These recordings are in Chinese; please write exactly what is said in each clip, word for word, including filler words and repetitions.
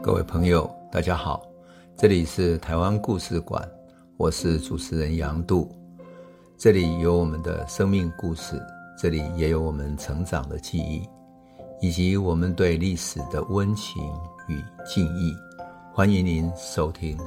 各位朋友大家好，这里是台湾故事馆，我是主持人杨度。这里有我们的生命故事，这里也有我们成长的记忆，以及我们对历史的温情与敬意。欢迎您收听。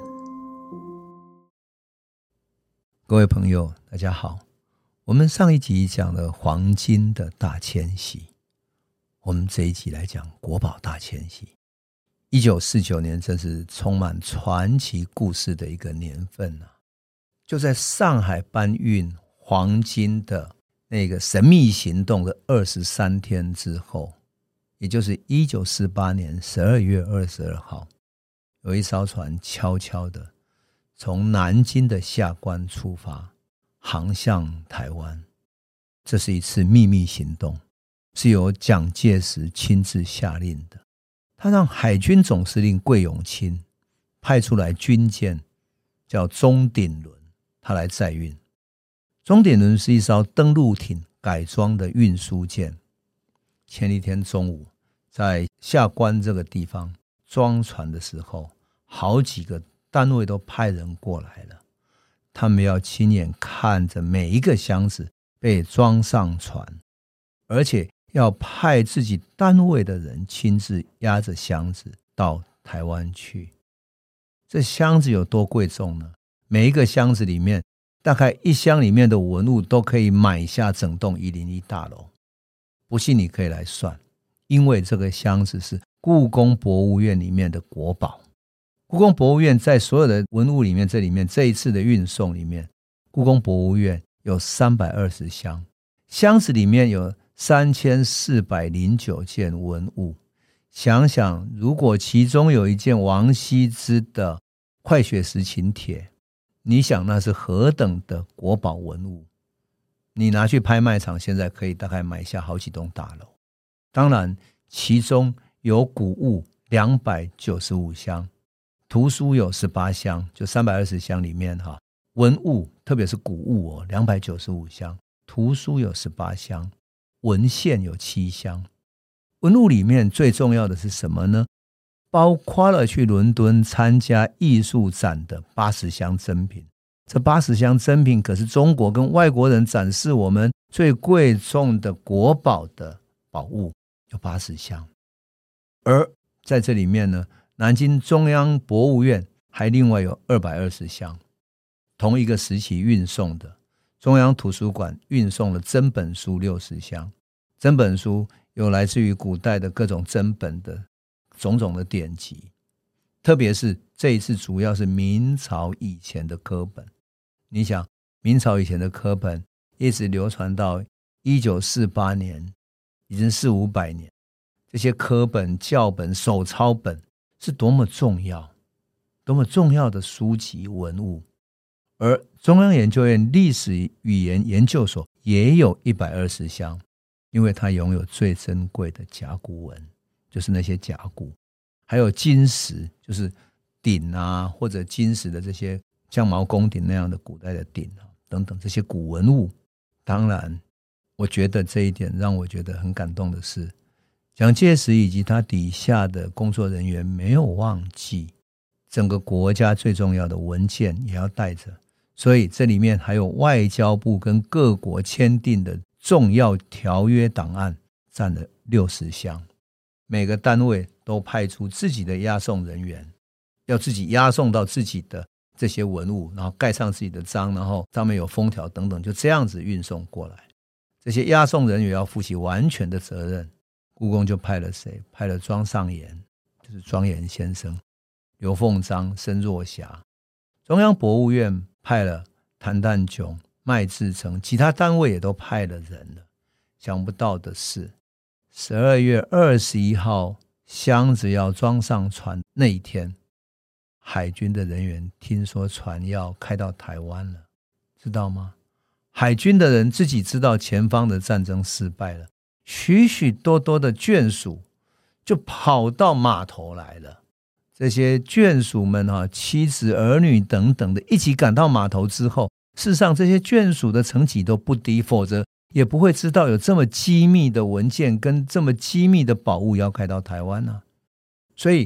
各位朋友大家好，我们上一集讲了黄金的大迁徙，我们这一集来讲国宝大迁徙。一九四九年真是充满传奇故事的一个年份啊！就在上海搬运黄金的那个神秘行动的二十三天之后，也就是一九四八年十二月二十二号，有一艘船悄悄的从南京的下关出发，航向台湾。这是一次秘密行动，是由蒋介石亲自下令的。他让海军总司令桂永清派出来军舰叫钟鼎轮，他来载运。钟鼎轮是一艘登陆艇改装的运输舰。前一天中午在下关这个地方装船的时候，好几个单位都派人过来了，他们要亲眼看着每一个箱子被装上船，而且要派自己单位的人亲自押着箱子到台湾去。这箱子有多贵重呢？每一个箱子里面，大概一箱里面的文物都可以买下整栋一零一大楼。不信你可以来算，因为这个箱子是故宫博物院里面的国宝。故宫博物院在所有的文物里面，这里面这一次的运送里面，故宫博物院有三百二十箱，箱子里面有三千四百零九件文物。想想如果其中有一件王羲之的快雪时晴帖，你想那是何等的国宝文物，你拿去拍卖场现在可以大概买下好几栋大楼。当然其中有古物两百九十五箱，图书有十八箱，就三百二十箱里面哈，文物特别是古物哦，两百九十五箱，图书有十八箱，文献有七箱。文物里面最重要的是什么呢？包括了去伦敦参加艺术展的八十箱珍品。这八十箱珍品可是中国跟外国人展示我们最贵重的国宝的宝物，有八十箱。而在这里面呢，南京中央博物院还另外有二百二十箱，同一个时期运送的。中央图书馆运送了真本书六十箱，真本书有来自于古代的各种真本的种种的典籍，特别是这一次主要是明朝以前的科本。你想明朝以前的科本一直流传到一九四八年，已经四五百年，这些科本教本手抄本是多么重要多么重要的书籍文物。而中央研究院历史语言研究所也有一百二十箱，因为它拥有最珍贵的甲骨文，就是那些甲骨，还有金石，就是鼎啊，或者金石的这些像毛公鼎那样的古代的鼎啊等等这些古文物。当然我觉得这一点让我觉得很感动的是，蒋介石以及他底下的工作人员没有忘记整个国家最重要的文件也要带着，所以这里面还有外交部跟各国签订的重要条约档案占了六十箱。每个单位都派出自己的押送人员，要自己押送到自己的这些文物，然后盖上自己的章，然后上面有封条等等，就这样子运送过来。这些押送人员要负起完全的责任。故宫就派了谁？派了庄尚言，就是庄严先生，刘凤章、申若霞。中央博物院派了谭旦炯、麦志诚，其他单位也都派了人了。想不到的是十二月二十一号箱子要装上船那一天，海军的人员听说船要开到台湾了，知道吗？海军的人自己知道前方的战争失败了，许许多多的眷属就跑到码头来了。这些眷属们、啊、妻子儿女等等的一起赶到码头之后，事实上这些眷属的层级都不低，否则也不会知道有这么机密的文件跟这么机密的宝物要开到台湾啊。所以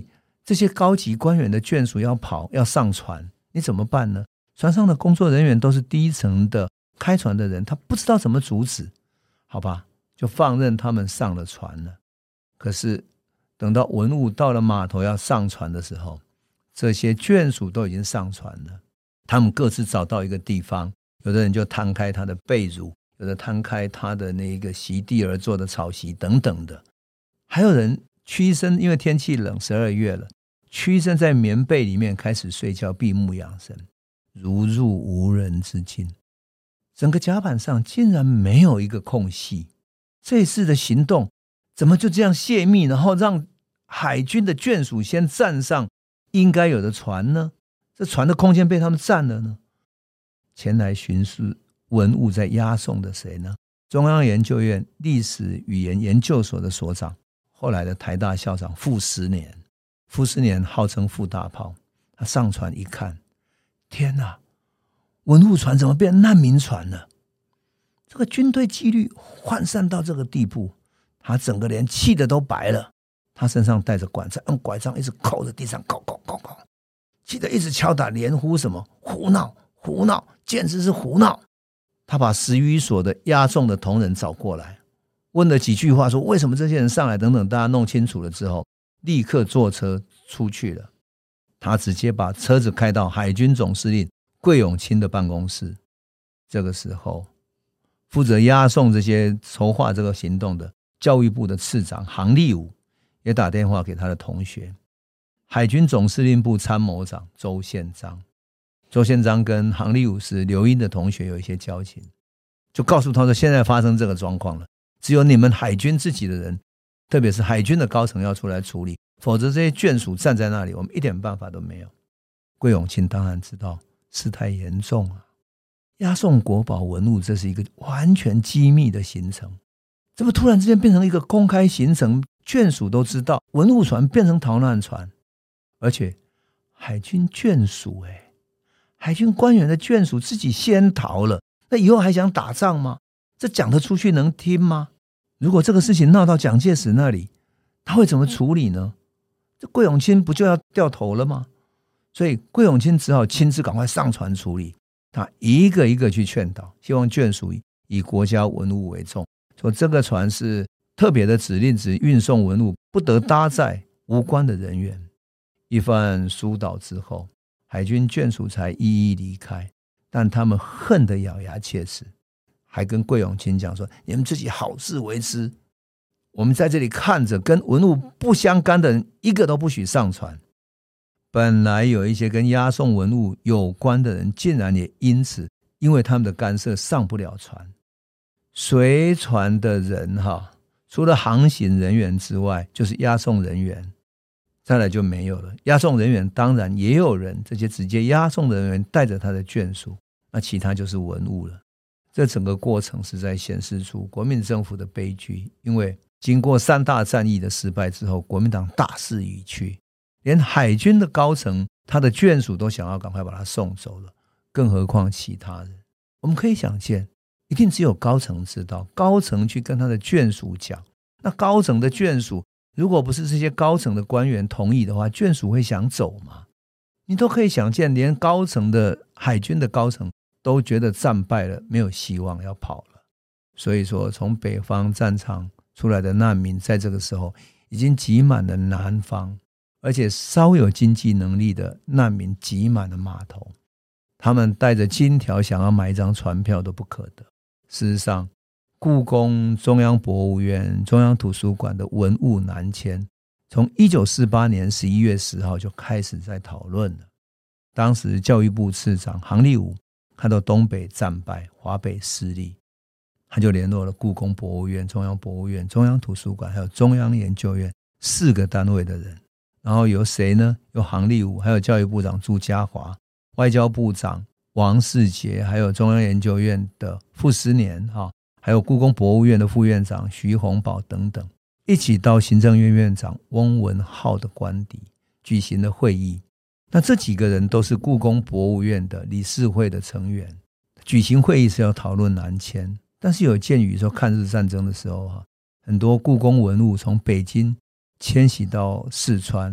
这些高级官员的眷属要跑要上船，你怎么办呢？船上的工作人员都是低层的开船的人，他不知道怎么阻止，好吧，就放任他们上了船了。可是等到文物到了码头要上船的时候，这些眷属都已经上船了，他们各自找到一个地方，有的人就摊开他的被褥，有的摊开他的那个席地而坐的草席等等的，还有人屈身，因为天气冷，十二月了，屈身在棉被里面开始睡觉，闭目养神，如入无人之境。整个甲板上竟然没有一个空隙，这次的行动怎么就这样泄密，然后让海军的眷属先站上应该有的船呢？这船的空间被他们占了呢？前来巡视文物在押送的谁呢？中央研究院历史语言研究所的所长，后来的台大校长傅斯年。傅斯年号称傅大炮，他上船一看，天哪，文物船怎么变难民船了？这个军队纪律涣散到这个地步，他整个人气得都白了。他身上带着拐杖，用拐杖一直扣着地上，扣扣扣扣，气得一直敲打，连呼什么胡闹胡闹，简直是胡闹。他把十余所的押送的同仁找过来，问了几句话，说为什么这些人上来等等，大家弄清楚了之后，立刻坐车出去了。他直接把车子开到海军总司令桂永清的办公室。这个时候负责押送这些筹划这个行动的教育部的次长杭立武也打电话给他的同学，海军总司令部参谋长周宪章。周宪章跟杭立武是留英的同学，有一些交情，就告诉他说现在发生这个状况了，只有你们海军自己的人，特别是海军的高层要出来处理，否则这些眷属站在那里，我们一点办法都没有。桂永清当然知道事态严重啊，押送国宝文物这是一个完全机密的行程，怎么突然之间变成一个公开行程，眷属都知道，文物船变成逃难船，而且海军眷属哎、欸，海军官员的眷属自己先逃了，那以后还想打仗吗？这讲得出去能听吗？如果这个事情闹到蒋介石那里，他会怎么处理呢？这桂永清不就要掉头了吗？所以桂永清只好亲自赶快上船处理，他一个一个去劝导，希望眷属以国家文物为重，说这个船是特别的指令，只运送文物，不得搭载无关的人员。一番疏导之后，海军眷属才一一离开，但他们恨得咬牙切齿，还跟桂永清讲说，你们自己好自为之，我们在这里看着，跟文物不相干的人一个都不许上船。本来有一些跟押送文物有关的人，竟然也因此因为他们的干涉上不了船。随船的人哈，除了航行人员之外，就是押送人员，再来就没有了。押送人员当然也有人，这些直接押送的人员带着他的眷属，那其他就是文物了。这整个过程是在显示出国民政府的悲剧，因为经过三大战役的失败之后，国民党大势已去，连海军的高层他的眷属都想要赶快把他送走了，更何况其他人。我们可以想见，一定只有高层知道，高层去跟他的眷属讲，那高层的眷属如果不是这些高层的官员同意的话，眷属会想走吗？你都可以想见，连高层的海军的高层都觉得战败了，没有希望要跑了。所以说从北方战场出来的难民在这个时候已经挤满了南方，而且稍有经济能力的难民挤满了码头，他们带着金条想要买一张船票都不可得。事实上故宫、中央博物院、中央图书馆的文物南迁从一九四八年十一月十号就开始在讨论了。当时教育部次长杭立武看到东北战败，华北失利，他就联络了故宫博物院、中央博物院、中央图书馆还有中央研究院四个单位的人，然后由谁呢？由杭立武，还有教育部长朱家骅，外交部长王世杰，还有中央研究院的傅斯年，还有故宫博物院的副院长徐洪宝等等，一起到行政院院长翁文浩的官邸举行了会议。那这几个人都是故宫博物院的理事会的成员，举行会议是要讨论南迁。但是有鉴于说抗日战争的时候很多故宫文物从北京迁徙到四川，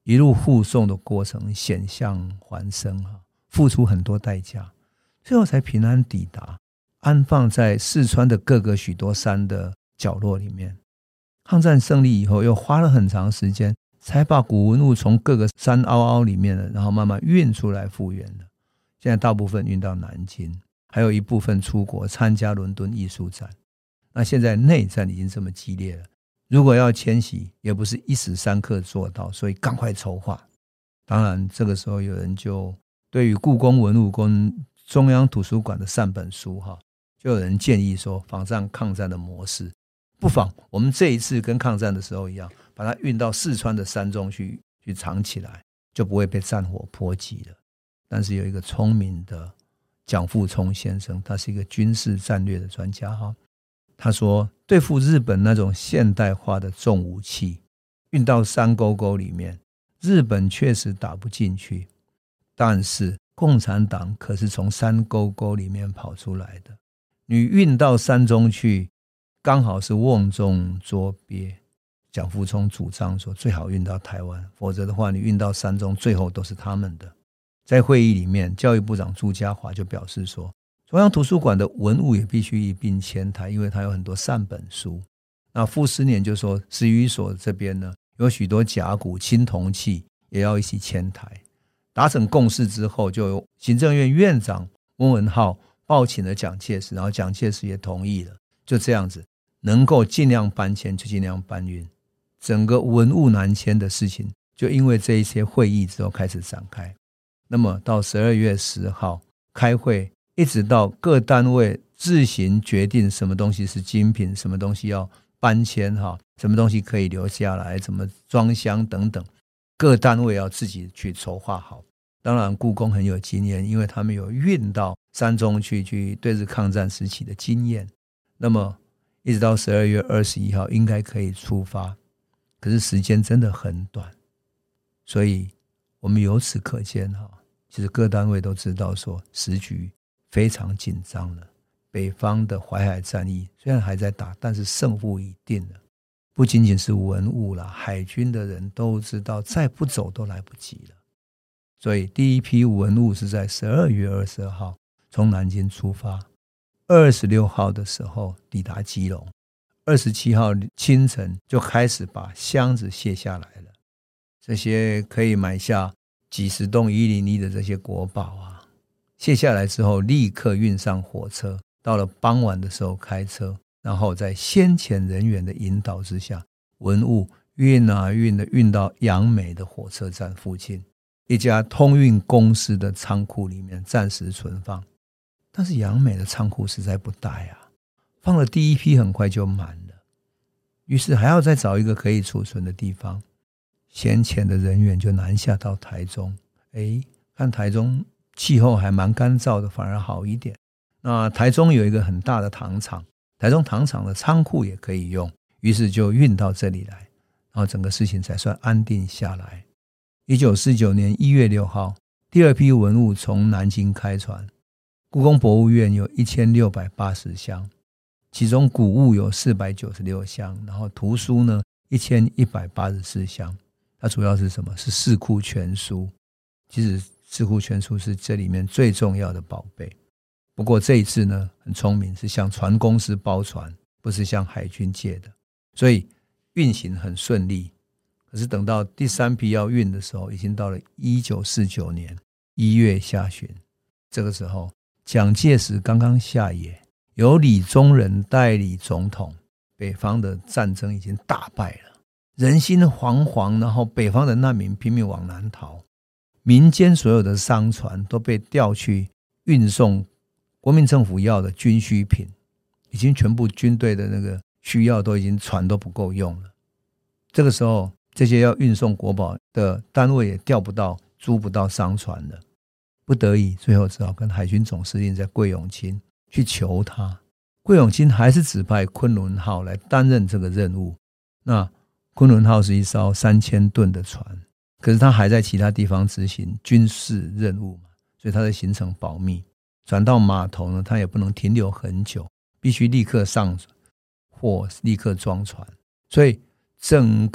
一路护送的过程险象环生，付出很多代价，最后才平安抵达，安放在四川的各个许多山的角落里面。抗战胜利以后又花了很长时间才把古文物从各个山凹凹里面然后慢慢运出来复原了。现在大部分运到南京，还有一部分出国参加伦敦艺术展。那现在内战已经这么激烈了，如果要迁徙也不是一时三刻做到，所以赶快筹划。当然这个时候有人就对于故宫文物跟中央图书馆的善本书就有人建议说，仿照抗战的模式，不妨我们这一次跟抗战的时候一样，把它运到四川的山中去去藏起来，就不会被战火波及了。但是有一个聪明的蒋复聪先生，他是一个军事战略的专家哈，他说对付日本那种现代化的重武器运到山沟沟里面，日本确实打不进去，但是共产党可是从山沟沟里面跑出来的，你运到山中去刚好是瓮中捉鳖。蒋复聪主张说最好运到台湾，否则的话你运到山中最后都是他们的。在会议里面，教育部长朱家骅就表示说，中央图书馆的文物也必须一并迁台，因为它有很多善本书。那傅斯年就说史语所这边呢，有许多甲骨青铜器也要一起迁台。达成共识之后，就由行政院院长翁文浩报请了蒋介石，然后蒋介石也同意了，就这样子能够尽量搬迁就尽量搬运。整个文物南迁的事情就因为这一些会议之后开始展开。那么到十二月十号开会，一直到各单位自行决定什么东西是精品，什么东西要搬迁，什么东西可以留下来，怎么装箱等等，各单位要自己去筹划好。当然故宫很有经验，因为他们有运到山中去去对日抗战时期的经验。那么一直到十二月二十一号应该可以出发，可是时间真的很短，所以我们由此可见其实各单位都知道说时局非常紧张了。北方的淮海战役虽然还在打，但是胜负已定了。不仅仅是文物啦，海军的人都知道再不走都来不及了。所以第一批文物是在十二月二十二号从南京出发，二十六号的时候抵达基隆，二十七号清晨就开始把箱子卸下来了。这些可以买下几十栋一零一的这些国宝啊，卸下来之后立刻运上火车，到了傍晚的时候开车，然后在先遣人员的引导之下，文物运啊运的运到杨梅的火车站附近一家通运公司的仓库里面暂时存放。但是杨梅的仓库实在不大呀，放了第一批很快就满了，于是还要再找一个可以储存的地方。先遣的人员就南下到台中，诶，看台中气候还蛮干燥的，反而好一点。那台中有一个很大的糖厂，台中糖厂的仓库也可以用，于是就运到这里来，然后整个事情才算安定下来。一九四九年一月六号，第二批文物从南京开船，故宫博物院有一千六百八十箱，其中古物有四百九十六箱，然后图书呢一千一百八十四箱。它主要是什么？是四库全书。其实四库全书是这里面最重要的宝贝。不过这一次呢很聪明，是向船公司包船，不是向海军借的，所以运行很顺利。可是等到第三批要运的时候，已经到了一九四九年一月下旬。这个时候蒋介石刚刚下野，由李宗仁代理总统，北方的战争已经大败了，人心惶惶，然后北方的难民拼命往南逃，民间所有的商船都被调去运送国民政府要的军需品，已经全部军队的那个需要都已经船都不够用了。这个时候这些要运送国宝的单位也调不到租不到商船了，不得已最后只好跟海军总司令在桂永清去求他。桂永清还是指派昆仑号来担任这个任务。那昆仑号是一艘三千吨的船，可是他还在其他地方执行军事任务嘛，所以他的行程保密。转到码头呢，他也不能停留很久，必须立刻上货，立刻装船。所以整个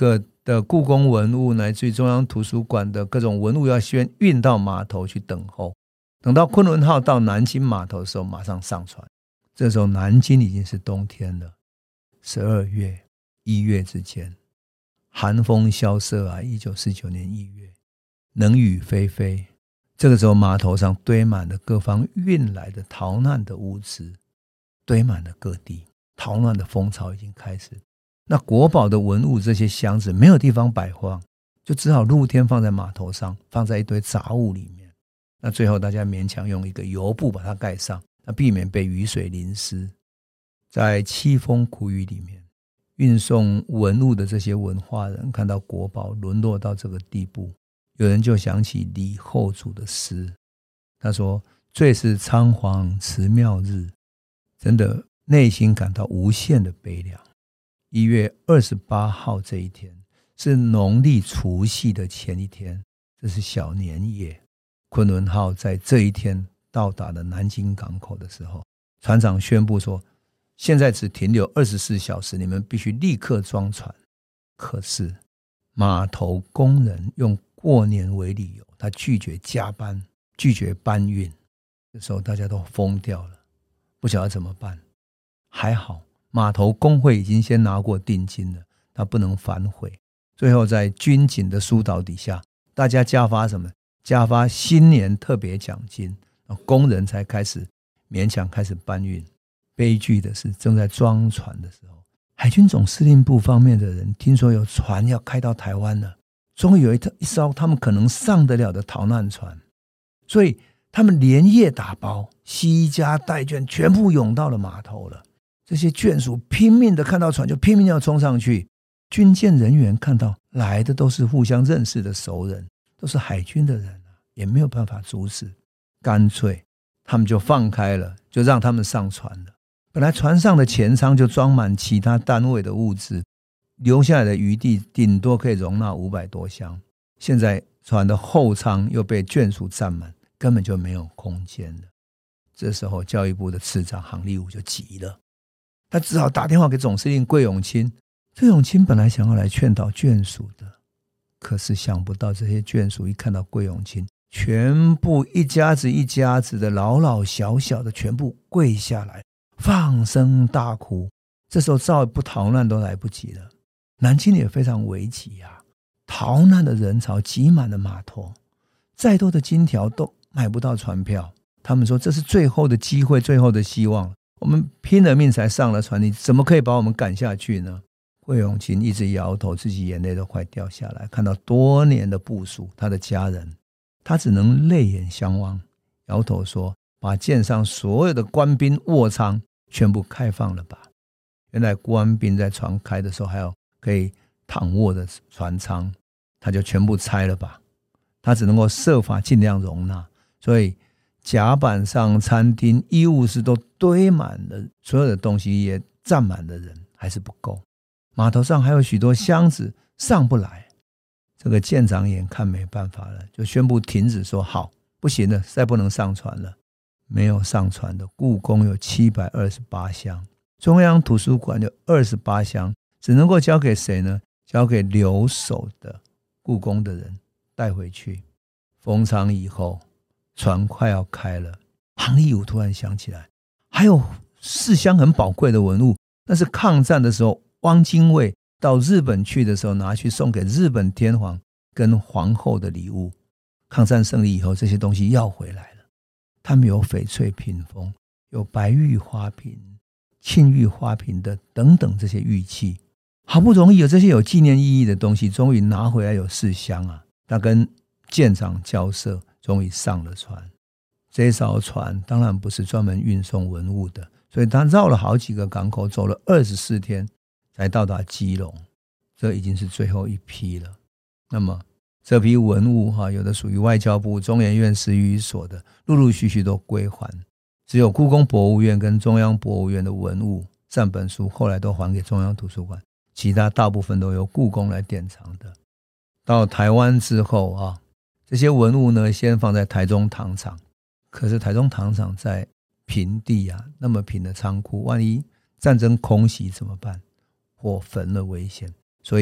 的故宫文物乃至于中央图书馆的各种文物要先运到码头去等候，等到昆仑号到南京码头的时候马上上船。这时候南京已经是冬天了，十二月一月之间，寒风萧瑟啊，一九四九年一月，冷雨霏霏。这个时候码头上堆满了各方运来的逃难的物资，堆满了各地，逃难的风潮已经开始。那国宝的文物这些箱子没有地方摆放，就只好露天放在码头上，放在一堆杂物里面。那最后大家勉强用一个油布把它盖上，那避免被雨水淋湿。在凄风苦雨里面，运送文物的这些文化人看到国宝沦落到这个地步，有人就想起李后主的诗，他说最是仓皇辞庙日，真的内心感到无限的悲凉。一月二十八号这一天是农历除夕的前一天，这是小年夜。昆仑号在这一天到达了南京港口的时候，船长宣布说现在只停留二十四小时，你们必须立刻装船。可是码头工人用过年为理由，他拒绝加班，拒绝搬运。这时候大家都疯掉了，不晓得怎么办。还好码头工会已经先拿过定金了，他不能反悔。最后在军警的疏导底下，大家加发什么？加发新年特别奖金，工人才开始勉强开始搬运。悲剧的是，正在装船的时候，海军总司令部方面的人听说有船要开到台湾了，终于有一艘他们可能上得了的逃难船，所以他们连夜打包，惜家带眷全部涌到了码头了。这些眷属拼命的看到船就拼命要冲上去，军舰人员看到来的都是互相认识的熟人，都是海军的人，也没有办法阻止，干脆他们就放开了，就让他们上船了。本来船上的前舱就装满其他单位的物资，留下来的余地顶多可以容纳五百多箱，现在船的后舱又被眷属占满，根本就没有空间了。这时候教育部的次长杭立武就急了，他只好打电话给总司令桂永清。桂永清本来想要来劝导眷属的，可是想不到这些眷属一看到桂永清，全部一家子一家子的老老小小的全部跪下来放声大哭。这时候再不逃难都来不及了，南京也非常危急啊，逃难的人潮挤满了码头，再多的金条都买不到船票。他们说这是最后的机会，最后的希望，我们拼了命才上了船，你怎么可以把我们赶下去呢？桂永清一直摇头，自己眼泪都快掉下来。看到多年的部属，他的家人，他只能泪眼相望，摇头说把舰上所有的官兵卧舱全部开放了吧。原来官兵在船开的时候还有可以躺卧的船舱，他就全部拆了吧。他只能够设法尽量容纳，所以甲板上餐厅医务室都堆满了，所有的东西也站满了人，还是不够。码头上还有许多箱子上不来，这个舰长眼看没办法了，就宣布停止，说好，不行了，再不能上船了。没有上船的故宫有七百二十八箱，中央图书馆有二十八箱，只能够交给谁呢？交给留守的故宫的人带回去。封舱以后，船快要开了，杭立武突然想起来，还有四箱很宝贵的文物，那是抗战的时候汪精卫到日本去的时候拿去送给日本天皇跟皇后的礼物。抗战胜利以后，这些东西要回来了。他们有翡翠屏风，有白玉花瓶、沁玉花瓶的等等这些玉器，好不容易有这些有纪念意义的东西，终于拿回来有四箱啊！他跟舰长交涉，终于上了船。这艘船当然不是专门运送文物的，所以他绕了好几个港口，走了二十四天才到达基隆。这已经是最后一批了。那么这批文物哈，有的属于外交部中研院史语所的，陆陆续续都归还。只有故宫博物院跟中央博物院的文物善本书后来都还给中央图书馆，其他大部分都由故宫来典藏的。到台湾之后啊，这些文物呢先放在台中糖厂，可是台中糖厂在平地啊，那么平的仓库，万一战争空袭怎么办？或焚了危险，所以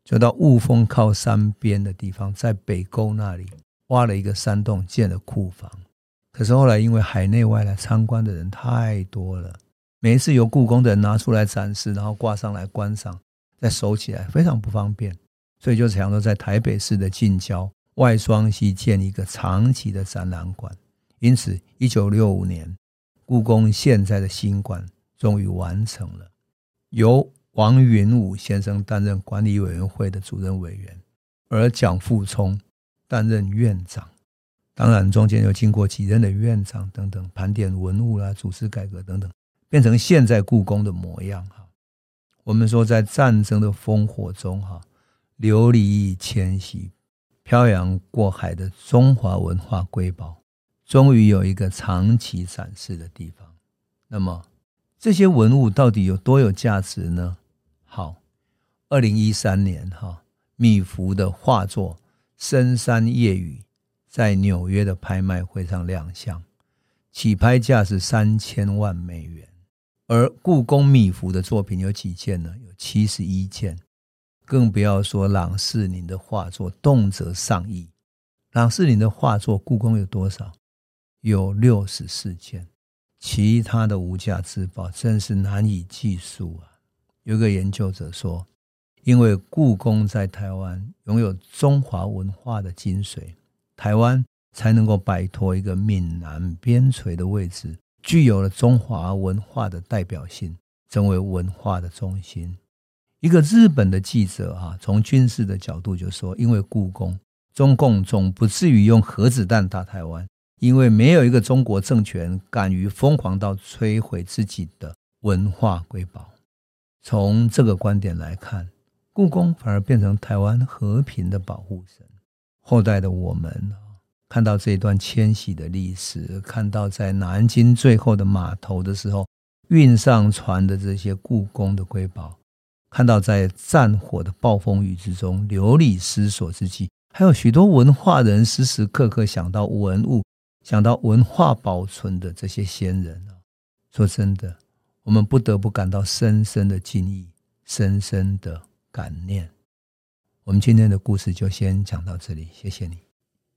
就到雾峰靠山边的地方，在北沟那里挖了一个山洞，建了库房。可是后来因为海内外来参观的人太多了，每一次由故宫的人拿出来展示，然后挂上来观赏，再收起来，非常不方便，所以就想说在台北市的近郊外双溪建一个长期的展览馆。因此一九六五年故宫现在的新馆终于完成了，由王云武先生担任管理委员会的主任委员，而蒋复聪担任院长。当然中间又经过几任的院长等等，盘点文物啦、组织改革等等，变成现在故宫的模样。我们说在战争的烽火中流离迁徙漂洋过海的中华文化瑰宝终于有一个长期展示的地方。那么这些文物到底有多有价值呢？好，二零一三年米芾的画作《深山夜雨》在纽约的拍卖会上亮相，起拍价是三千万美元。而故宫米芾的作品有几件呢？有七十一件，更不要说郎世宁的画作，动辄上亿。郎世宁的画作故宫有多少？有六十四件。其他的无价之宝真是难以计数啊！有个研究者说，因为故宫在台湾拥有中华文化的精髓，台湾才能够摆脱一个闽南边陲的位置，具有了中华文化的代表性，成为文化的中心。一个日本的记者啊，从军事的角度就说，因为故宫，中共总不至于用核子弹打台湾，因为没有一个中国政权敢于疯狂到摧毁自己的文化瑰宝。从这个观点来看，故宫反而变成台湾和平的保护神。后代的我们看到这一段迁徙的历史，看到在南京最后的码头的时候运上船的这些故宫的瑰宝，看到在战火的暴风雨之中流离失所之际，还有许多文化人时时刻刻想到文物，想到文化保存的这些先人。说真的，我们不得不感到深深的敬意，深深的感念。我们今天的故事就先讲到这里，谢谢你。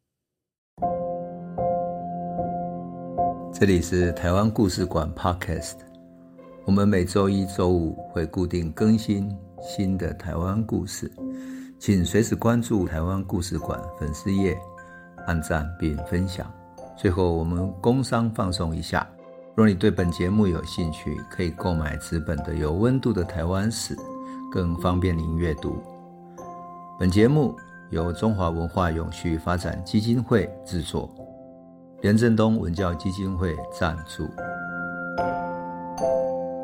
这里是台湾故事馆 Podcast， 我们每周一周五会固定更新新的台湾故事，请随时关注台湾故事馆粉丝页，按赞并分享。最后我们工商放送一下，若你对本节目有兴趣，可以购买纸本的有温度的台湾史，更方便您阅读。本节目由中华文化永续发展基金会制作，连震东文教基金会赞助。